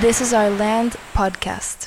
This is Our Land podcast.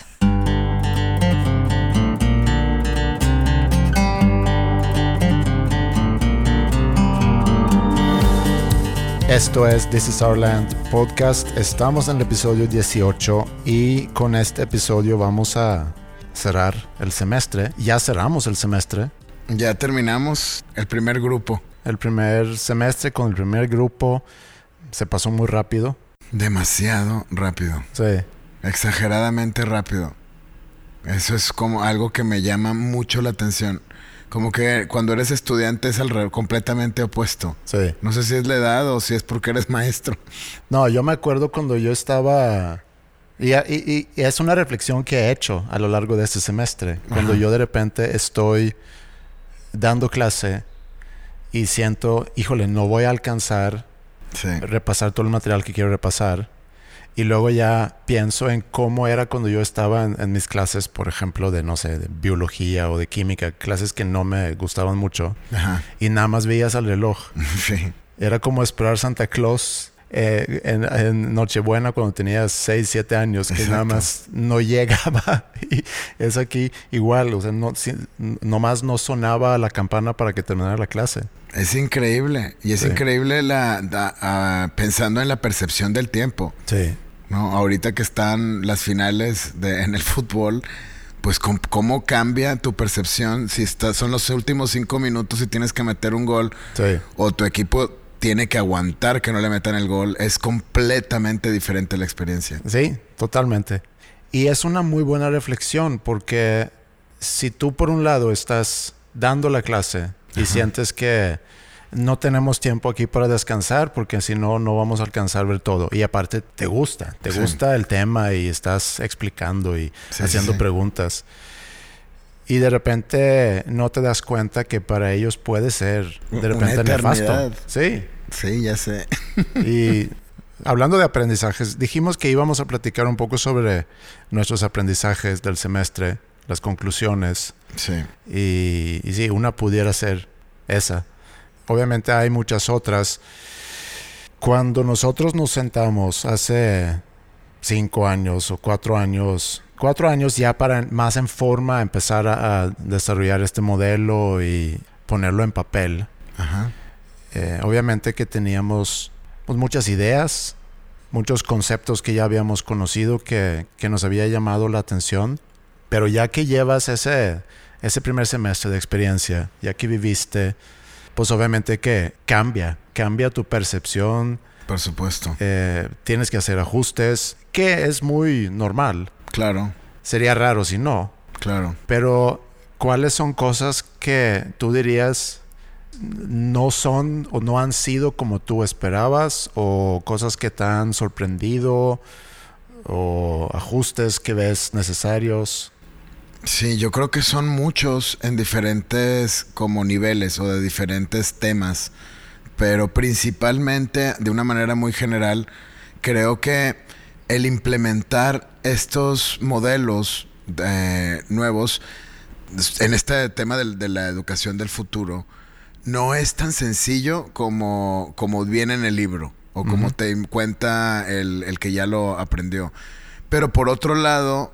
Esto es This is Our Land podcast. Estamos en el episodio 18 y con este episodio vamos a cerrar el semestre. Ya cerramos el semestre. Ya terminamos el primer grupo. El primer semestre con el primer grupo se pasó muy rápido. Demasiado rápido. Sí. Exageradamente rápido. Eso es como algo que me llama mucho la atención. Como que cuando eres estudiante es completamente opuesto. Sí. No sé si es la edad o si es porque eres maestro. No, yo me acuerdo cuando yo estaba... Y es una reflexión que he hecho a lo largo de este semestre. Cuando yo de repente estoy dando clase y siento, híjole, no voy a alcanzar repasar todo el material que quiero repasar. Y luego ya pienso en cómo era cuando yo estaba en mis clases, por ejemplo, de, no sé, de biología o de química, clases que no me gustaban mucho. Ajá. Y nada más veías al reloj. Sí. Era como esperar Santa Claus en Nochebuena cuando tenías 6, 7 años, que nada más no llegaba. Y es aquí igual, o sea, nomás no sonaba la campana para que terminara la clase. Es increíble. Y es increíble pensando en la percepción del tiempo. Sí. ¿No? Ahorita que están las finales en el fútbol, pues cómo cambia tu percepción si son los últimos 5 minutos y tienes que meter un gol, o tu equipo tiene que aguantar que no le metan el gol. Es completamente diferente la experiencia. Sí, totalmente. Y es una muy buena reflexión, porque si tú por un lado estás dando la clase y sientes que no tenemos tiempo aquí para descansar, porque si no, no vamos a alcanzar a ver todo. Y aparte, te gusta el tema y estás explicando y haciendo preguntas. Y de repente no te das cuenta que para ellos puede ser de repente nefasto. Sí, ya sé. Y hablando de aprendizajes, dijimos que íbamos a platicar un poco sobre nuestros aprendizajes del semestre, las conclusiones. Sí. Y sí, una pudiera ser esa. Obviamente hay muchas otras. Cuando nosotros nos sentamos hace 5 años o 4 años, 4 años ya para más en forma empezar a desarrollar este modelo y ponerlo en papel. Ajá. Obviamente que teníamos pues, muchas ideas, muchos conceptos que ya habíamos conocido que nos había llamado la atención, pero ya que llevas ese primer semestre de experiencia, ya que viviste, pues obviamente que cambia tu percepción. Por supuesto. Tienes que hacer ajustes, que es muy normal. Claro. Sería raro si no. Claro. Pero, ¿cuáles son cosas que tú dirías no son o no han sido como tú esperabas? O cosas que te han sorprendido, o ajustes que ves necesarios. Sí, yo creo que son muchos en diferentes como niveles o de diferentes temas, pero principalmente de una manera muy general, creo que el implementar estos modelos nuevos en este tema de la educación del futuro no es tan sencillo como viene en el libro o como te cuenta el que ya lo aprendió. Pero por otro lado,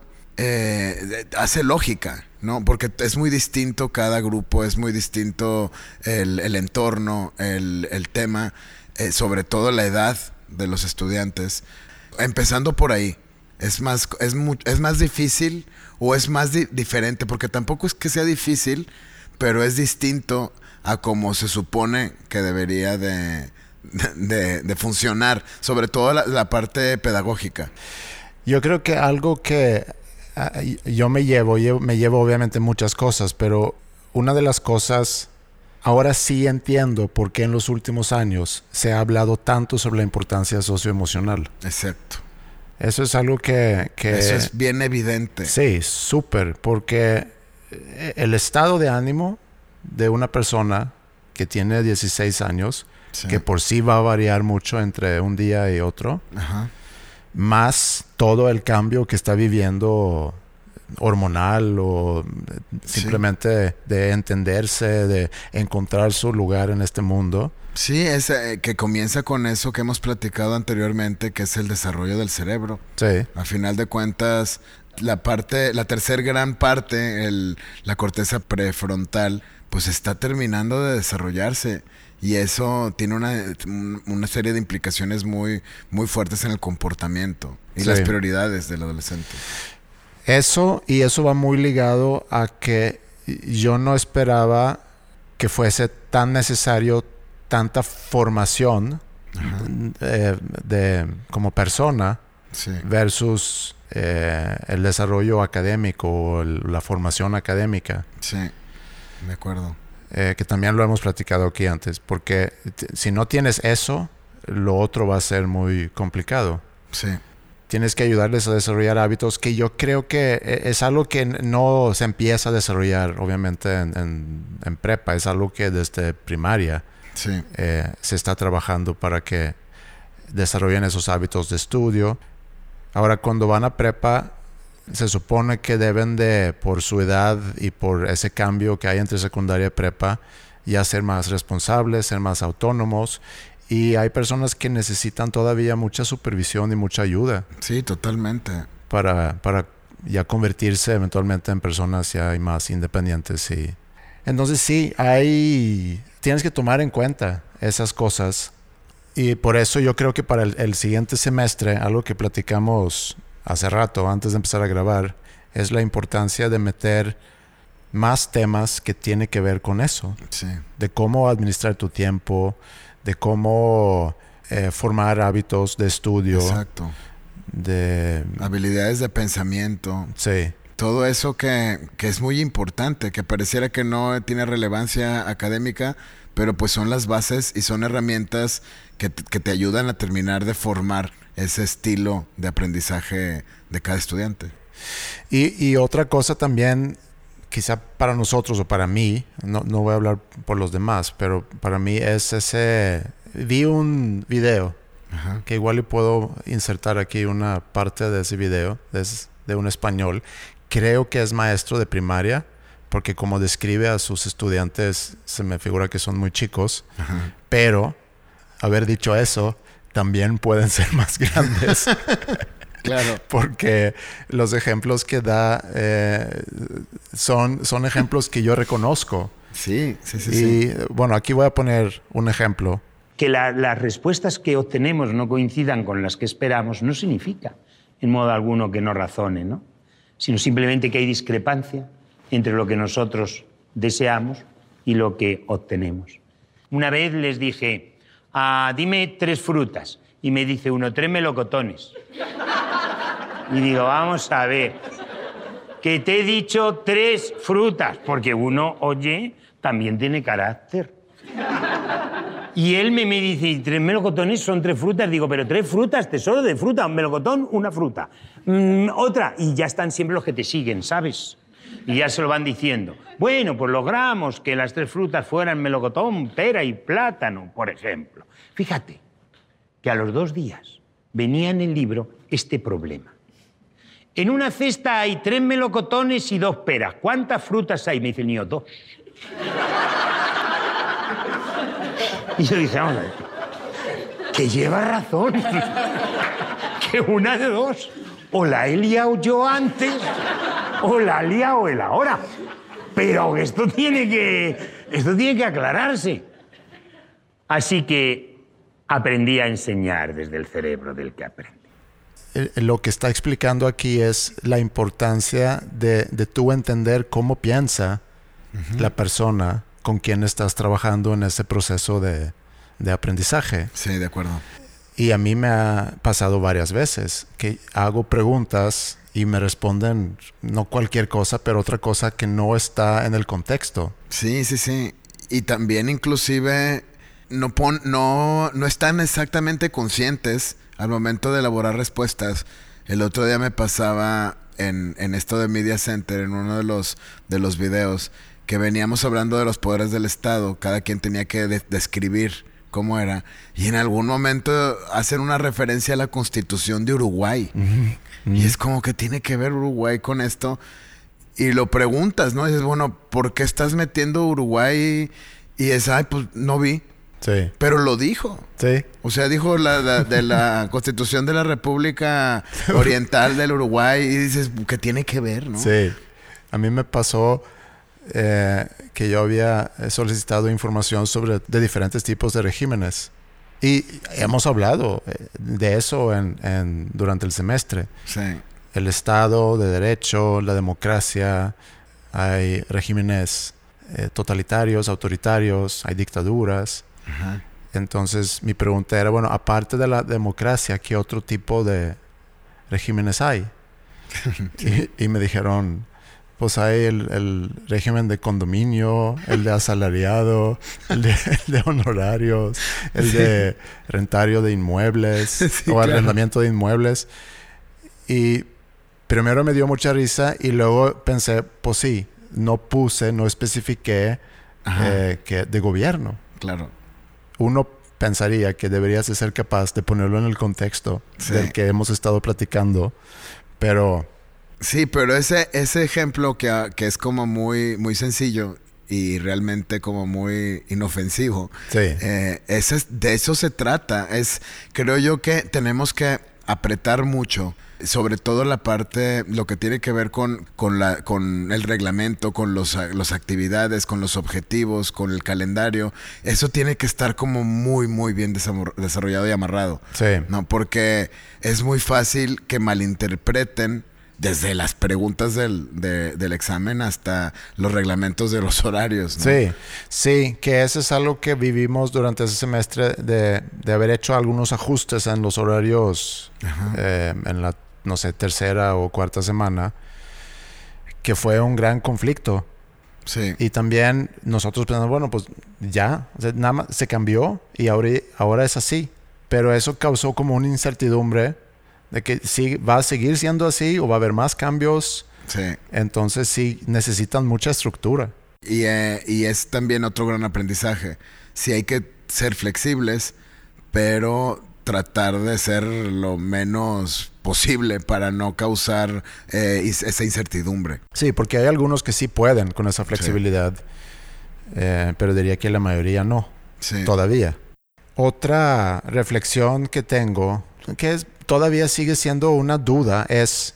hace lógica, ¿no? Porque es muy distinto cada grupo, es muy distinto el entorno, el tema, sobre todo la edad de los estudiantes. Empezando por ahí, es más difícil o es más diferente, porque tampoco es que sea difícil, pero es distinto a como se supone que debería de funcionar, sobre todo la parte pedagógica. Yo creo que algo que yo me llevo obviamente muchas cosas, pero una de las cosas, ahora sí entiendo por qué en los últimos años se ha hablado tanto sobre la importancia socioemocional. Exacto. Eso es algo que eso es bien evidente. Sí, súper, porque el estado de ánimo de una persona que tiene 16 años, que por sí va a variar mucho entre un día y otro, más todo el cambio que está viviendo hormonal o simplemente de entenderse, de encontrar su lugar en este mundo. Sí, es que comienza con eso que hemos platicado anteriormente, que es el desarrollo del cerebro. Sí. Al final de cuentas, la tercer gran parte, la corteza prefrontal, pues está terminando de desarrollarse. Y eso tiene una serie de implicaciones muy, muy fuertes en el comportamiento y las prioridades del adolescente. Eso va muy ligado a que yo no esperaba que fuese tan necesario tanta formación como persona versus el desarrollo académico o la formación académica. Sí, de acuerdo. Que también lo hemos platicado aquí antes, porque si no tienes eso, lo otro va a ser muy complicado. Sí. Tienes que ayudarles a desarrollar hábitos que yo creo que es algo que no se empieza a desarrollar, obviamente, en prepa. Es algo que desde primaria se está trabajando para que desarrollen esos hábitos de estudio. Ahora, cuando van a prepa, se supone que deben de, por su edad y por ese cambio que hay entre secundaria y prepa, ya ser más responsables, ser más autónomos. Y hay personas que necesitan todavía mucha supervisión y mucha ayuda. Sí, totalmente. Para ya convertirse eventualmente en personas ya más independientes. Y entonces tienes que tomar en cuenta esas cosas. Y por eso yo creo que para el siguiente semestre, algo que platicamos hace rato, antes de empezar a grabar, es la importancia de meter más temas que tienen que ver con eso. Sí. De cómo administrar tu tiempo, de cómo formar hábitos de estudio. Exacto. De habilidades de pensamiento. Sí. Todo eso que es muy importante, que pareciera que no tiene relevancia académica, pero pues son las bases y son herramientas que te ayudan a terminar de formar ese estilo de aprendizaje de cada estudiante. Y otra cosa también, quizá para nosotros o para mí, no voy a hablar por los demás, pero para mí es vi un video que igual le puedo insertar aquí una parte de ese video, de un español. Creo que es maestro de primaria, porque como describe a sus estudiantes, se me figura que son muy chicos, pero haber dicho eso, también pueden ser más grandes. Claro. Porque los ejemplos que da son ejemplos que yo reconozco. Sí. Y bueno, aquí voy a poner un ejemplo. Que las respuestas que obtenemos no coincidan con las que esperamos no significa en modo alguno que no razone, ¿no? Sino simplemente que hay discrepancia entre lo que nosotros deseamos y lo que obtenemos. Una vez les dije, dime 3 frutas. Y me dice uno, 3 melocotones. Y digo, vamos a ver, que te he dicho 3 frutas, porque uno, oye, también tiene carácter. Y él me dice, ¿y 3 melocotones son 3 frutas? Digo, pero 3 frutas, tesoro de fruta, un melocotón, una fruta. Otra, y ya están siempre los que te siguen, ¿sabes? Y ya se lo van diciendo. Bueno, pues logramos que las 3 frutas fueran melocotón, pera y plátano, por ejemplo. Fíjate que a los 2 días venía en el libro este problema. En una cesta hay 3 melocotones y 2 peras. ¿Cuántas frutas hay? Me dice el niño, 2. Y yo dije, vamos a ver, que lleva razón. Que una de 2. O la he liado yo antes, o la ha liado él ahora. Pero esto tiene que aclararse. Así que aprendí a enseñar desde el cerebro del que aprende. Lo que está explicando aquí es la importancia de tú entender cómo piensa la persona con quien estás trabajando en ese proceso de aprendizaje. Sí, de acuerdo. Y a mí me ha pasado varias veces que hago preguntas y me responden no cualquier cosa, pero otra cosa que no está en el contexto. Sí. Y también inclusive no están exactamente conscientes al momento de elaborar respuestas. El otro día me pasaba en esto de Media Center, en uno de los videos, que veníamos hablando de los poderes del Estado. Cada quien tenía que describir cómo era. Y en algún momento hacen una referencia a la Constitución de Uruguay. Y es como que tiene que ver Uruguay con esto. Y lo preguntas, ¿no? Y dices, bueno, ¿por qué estás metiendo Uruguay? Y es, ay, pues no vi. Sí. Pero lo dijo. Sí. O sea, dijo de la Constitución de la República Oriental del Uruguay. Y dices, ¿qué tiene que ver, no? Sí. A mí me pasó que yo había solicitado información de diferentes tipos de regímenes. Y hemos hablado de eso durante el semestre. Sí. El Estado de Derecho, la democracia, hay regímenes totalitarios, autoritarios, hay dictaduras. Ajá. Entonces mi pregunta era, bueno, aparte de la democracia, ¿qué otro tipo de regímenes hay? y me dijeron, pues hay el régimen de condominio, el de asalariado, el de honorarios, el de rentario de inmuebles o arrendamiento de inmuebles. Y primero me dio mucha risa y luego pensé, pues sí, no especifiqué que de gobierno. Claro. Uno pensaría que deberías de ser capaz de ponerlo en el contexto del que hemos estado platicando, pero... Sí, pero ese ejemplo que es como muy, muy sencillo y realmente como muy inofensivo, sí. De eso se trata. Creo yo que tenemos que apretar mucho, sobre todo la parte, lo que tiene que ver con el reglamento, con las actividades, con los objetivos, con el calendario. Eso tiene que estar como muy, muy bien desarrollado y amarrado. Sí. ¿No? Porque es muy fácil que malinterpreten desde las preguntas del examen hasta los reglamentos de los horarios, ¿no? Sí, que eso es algo que vivimos durante ese semestre de haber hecho algunos ajustes en los horarios en la, no sé, tercera o cuarta semana, que fue un gran conflicto. Sí. Y también nosotros pensamos, bueno, pues ya, o sea, nada más se cambió y ahora es así. Pero eso causó como una incertidumbre de que sí va a seguir siendo así o va a haber más cambios. Sí. Entonces sí necesitan mucha estructura. Y es también otro gran aprendizaje. Sí hay que ser flexibles, pero tratar de ser lo menos posible para no causar esa incertidumbre. Sí, porque hay algunos que sí pueden con esa flexibilidad, pero diría que la mayoría no, todavía. Otra reflexión que tengo, que todavía sigue siendo una duda, es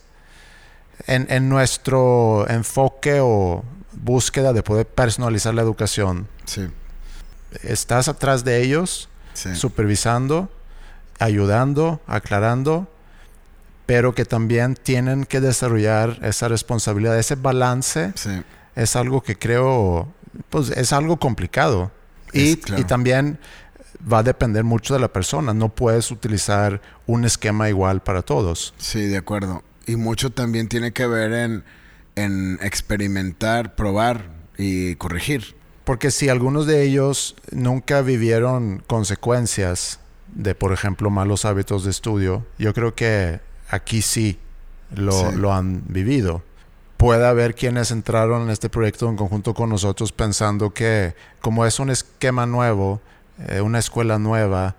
en nuestro enfoque o búsqueda de poder personalizar la educación. Sí. Estás atrás de ellos, supervisando, ayudando, aclarando, pero que también tienen que desarrollar esa responsabilidad, ese balance. Es algo que creo, pues es algo complicado. Y también va a depender mucho de la persona. No puedes utilizar un esquema igual para todos. Sí, de acuerdo. Y mucho también tiene que ver en experimentar, probar y corregir. Porque si algunos de ellos nunca vivieron consecuencias de, por ejemplo, malos hábitos de estudio, yo creo que aquí sí lo han vivido. Puede haber quienes entraron en este proyecto en conjunto con nosotros pensando que como es un esquema nuevo, una escuela nueva,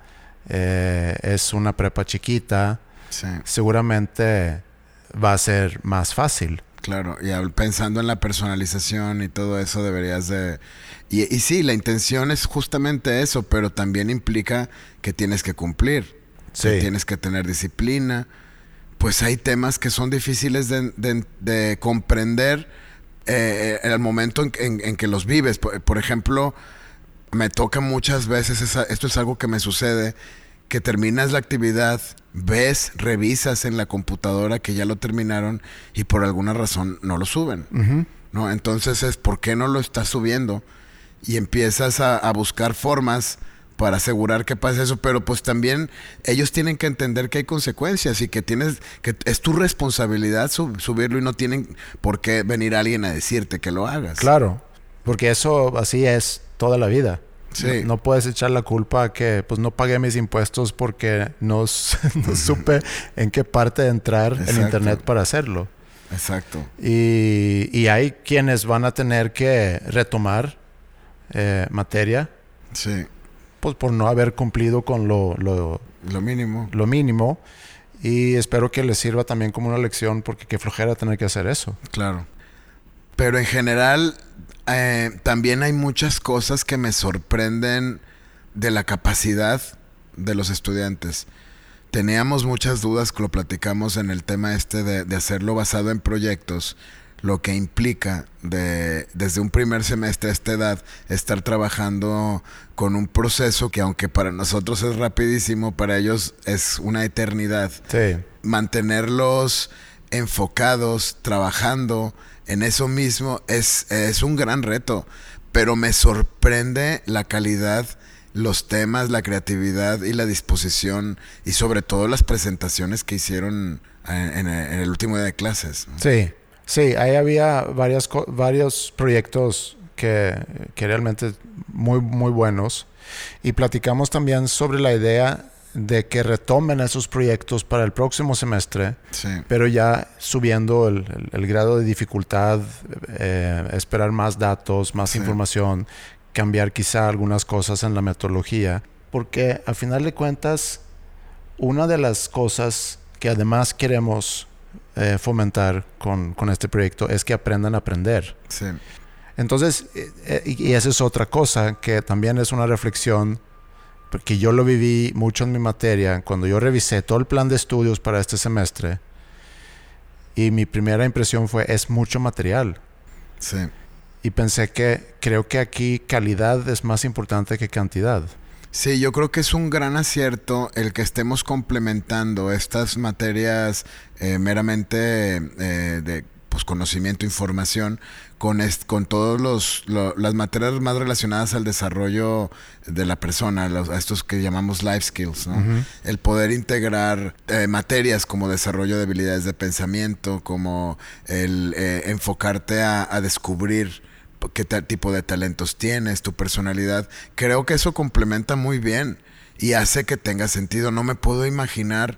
es una prepa chiquita, seguramente va a ser más fácil. Claro, y pensando en la personalización y todo eso deberías de... Y sí, la intención es justamente eso, pero también implica que tienes que cumplir, que tienes que tener disciplina. Pues hay temas que son difíciles de comprender en el momento en que los vives. Por ejemplo, me toca muchas veces, esto es algo que me sucede, que terminas la actividad, revisas en la computadora que ya lo terminaron y por alguna razón no lo suben. ¿No? Entonces ¿por qué no lo estás subiendo? Y empiezas a buscar formas para asegurar que pase eso, pero pues también ellos tienen que entender que hay consecuencias y que es tu responsabilidad subirlo y no tienen por qué venir alguien a decirte que lo hagas. Claro, porque eso así es toda la vida. Sí. No puedes echar la culpa a que pues no pagué mis impuestos porque no supe en qué parte de entrar en internet para hacerlo. Exacto. Y hay quienes van a tener que retomar materia. Sí. Pues por no haber cumplido con lo mínimo. Lo mínimo. Y espero que les sirva también como una lección porque qué flojera tener que hacer eso. Claro. Pero en general, también hay muchas cosas que me sorprenden de la capacidad de los estudiantes. Teníamos muchas dudas, que lo platicamos en el tema de hacerlo basado en proyectos, lo que implica desde un primer semestre a esta edad estar trabajando con un proceso que, aunque para nosotros es rapidísimo, para ellos es una eternidad. Sí. Mantenerlos enfocados, trabajando en eso mismo es un gran reto, pero me sorprende la calidad, los temas, la creatividad y la disposición, y sobre todo las presentaciones que hicieron en el último día de clases, ¿no? Sí, ahí había varios proyectos que realmente muy, muy buenos, y platicamos también sobre la idea de que retomen esos proyectos para el próximo semestre, Sí. pero ya subiendo el grado de dificultad, esperar más datos, más Sí. información, cambiar quizá algunas cosas en la metodología, porque al final de cuentas, una de las cosas que además queremos fomentar con este proyecto es que aprendan a aprender. Sí. Entonces, y esa es otra cosa que también es una reflexión, porque yo lo viví mucho en mi materia cuando yo revisé todo el plan de estudios para este semestre, y mi primera impresión fue: es mucho material. Sí. Y pensé que creo que aquí calidad es más importante que cantidad. Sí, yo creo que es un gran acierto el que estemos complementando estas materias meramente de conocimiento, información, con todos las materias más relacionadas al desarrollo de la persona, a estos que llamamos life skills, ¿no? Uh-huh. El poder integrar materias como desarrollo de habilidades de pensamiento, como el enfocarte a descubrir qué tipo de talentos tienes, tu personalidad. Creo que eso complementa muy bien y hace que tenga sentido. No me puedo imaginar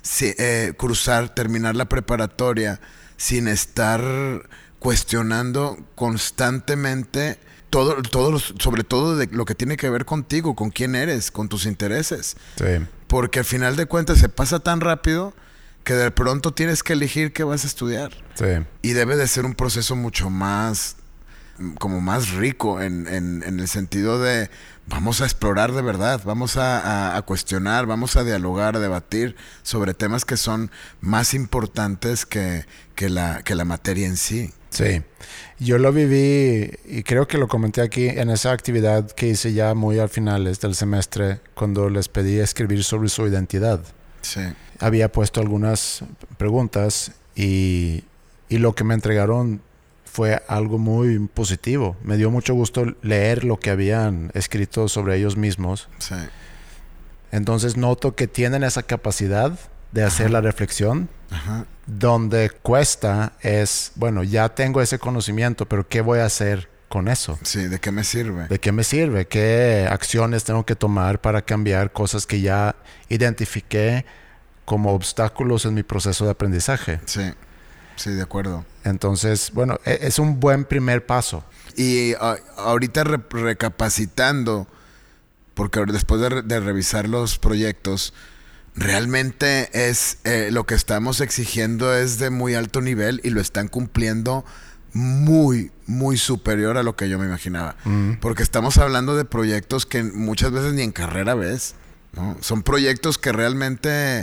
terminar la preparatoria sin estar cuestionando constantemente todo sobre todo de lo que tiene que ver contigo, con quién eres, con tus intereses. Sí. Porque al final de cuentas se pasa tan rápido que de pronto tienes que elegir qué vas a estudiar. Sí. Y debe de ser un proceso mucho más, como más rico en el sentido de vamos a explorar de verdad, vamos a cuestionar, vamos a dialogar, a debatir sobre temas que son más importantes que la materia en sí. Sí, yo lo viví y creo que lo comenté aquí en esa actividad que hice ya muy al finales del semestre, cuando les pedí escribir sobre su identidad. Sí. Había puesto algunas preguntas y lo que me entregaron fue algo muy positivo. Me dio mucho gusto leer lo que habían escrito sobre ellos mismos. Sí. Entonces noto que tienen esa capacidad de hacer Ajá. la reflexión. Ajá. Donde cuesta es, bueno, ya tengo ese conocimiento, pero ¿qué voy a hacer con eso? Sí, ¿de qué me sirve? ¿De qué me sirve? ¿Qué acciones tengo que tomar para cambiar cosas que ya identifiqué como obstáculos en mi proceso de aprendizaje? Sí, sí, de acuerdo. Entonces, bueno, es un buen primer paso. Y ahorita recapacitando, porque después de revisar los proyectos, realmente es lo que estamos exigiendo es de muy alto nivel y lo están cumpliendo muy, muy superior a lo que yo me imaginaba. Porque estamos hablando de proyectos que muchas veces ni en carrera ves, ¿no? Son proyectos que realmente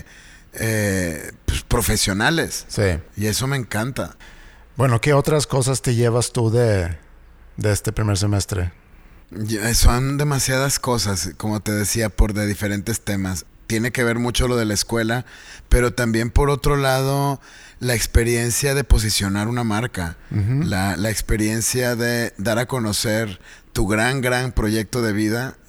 pues, profesionales. Sí. Y eso me encanta. Bueno, ¿qué otras cosas te llevas tú de este primer semestre? Son demasiadas cosas, como te decía, de diferentes temas. Tiene que ver mucho lo de la escuela, pero también por otro lado la experiencia de posicionar una marca, Uh-huh. la experiencia de dar a conocer tu gran proyecto de vida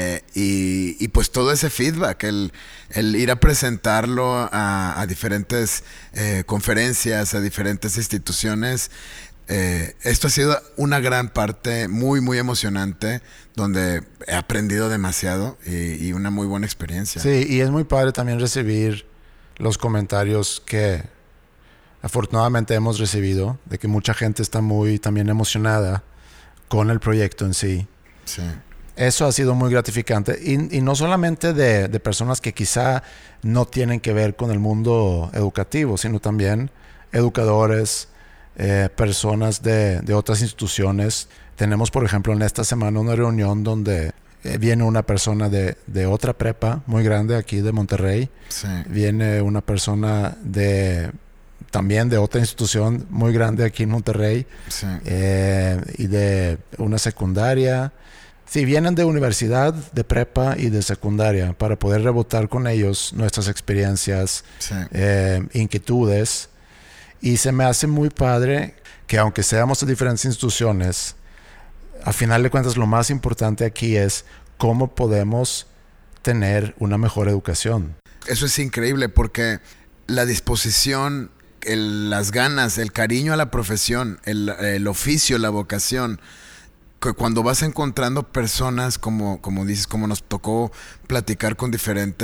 y pues todo ese feedback, el ir a presentarlo a diferentes conferencias, a diferentes instituciones. Esto ha sido una gran parte muy, muy emocionante, donde he aprendido demasiado y una muy buena experiencia. Sí, y es muy padre también recibir los comentarios que afortunadamente hemos recibido, de que mucha gente está muy también emocionada con el proyecto en sí. Sí. Eso ha sido muy gratificante. Y no solamente de personas que quizá no tienen que ver con el mundo educativo, sino también educadores, personas de otras instituciones. Tenemos, por ejemplo, en esta semana una reunión donde viene una persona de otra prepa muy grande aquí de Monterrey. Sí. Viene una persona también de otra institución muy grande aquí en Monterrey. Sí. Y de una secundaria. Sí, vienen de universidad, de prepa y de secundaria para poder rebotar con ellos nuestras experiencias, Sí. Inquietudes. Y se me hace muy padre que aunque seamos de diferentes instituciones, a final de cuentas lo más importante aquí es cómo podemos tener una mejor educación. Eso es increíble porque la disposición, las ganas, el cariño a la profesión, el oficio, la vocación, que cuando vas encontrando personas como dices, como nos tocó platicar con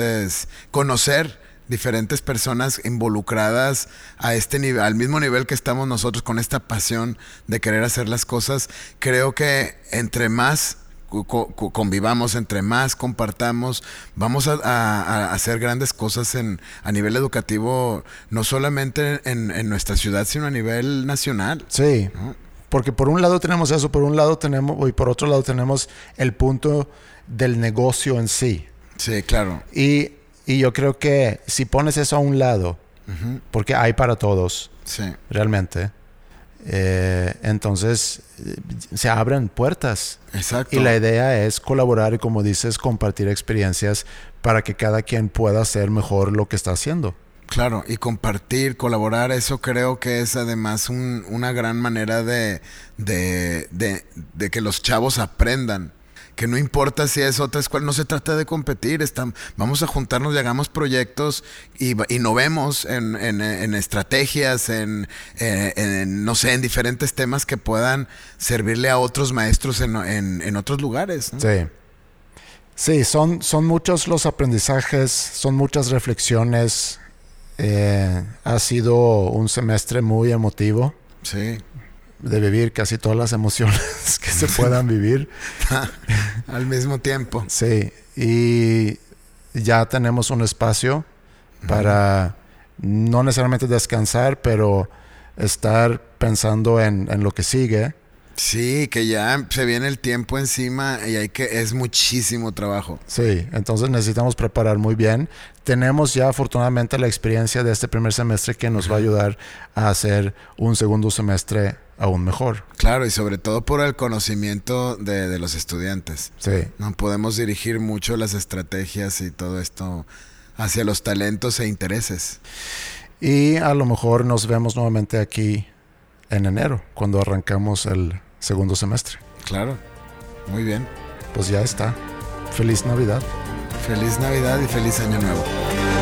conocer diferentes personas involucradas a este nivel, al mismo nivel que estamos nosotros, con esta pasión de querer hacer las cosas, creo que entre más convivamos, entre más compartamos, vamos a hacer grandes cosas a nivel educativo, no solamente en nuestra ciudad, sino a nivel nacional. Sí, ¿no? Porque por un lado tenemos eso, por otro lado tenemos el punto del negocio en sí. Sí, claro. Y yo creo que si pones eso a un lado, Uh-huh. porque hay para todos, Sí. realmente, entonces se abren puertas. Exacto. Y la idea es colaborar y, como dices, compartir experiencias para que cada quien pueda hacer mejor lo que está haciendo. Claro, y compartir, colaborar, eso creo que es además una gran manera de que los chavos aprendan. Que no importa si es otra escuela, no se trata de competir, vamos a juntarnos y hagamos proyectos y innovemos en estrategias, no sé, en diferentes temas que puedan servirle a otros maestros en otros lugares, ¿no? Sí. Sí, son muchos los aprendizajes, son muchas reflexiones. Ha sido un semestre muy emotivo. Sí. De vivir casi todas las emociones que se puedan vivir. Al mismo tiempo. Sí, y ya tenemos un espacio para no necesariamente descansar, pero estar pensando en lo que sigue. Sí, que ya se viene el tiempo encima y es muchísimo trabajo. Sí, entonces necesitamos preparar muy bien. Tenemos ya afortunadamente la experiencia de este primer semestre que nos va a ayudar a hacer un segundo semestre aún mejor. Claro, y sobre todo por el conocimiento de los estudiantes. Sí. No podemos dirigir mucho las estrategias y todo esto hacia los talentos e intereses. Y a lo mejor nos vemos nuevamente aquí en enero, cuando arrancamos el segundo semestre. Claro, muy bien. Pues ya está. Feliz Navidad. Feliz Navidad y feliz Año Nuevo.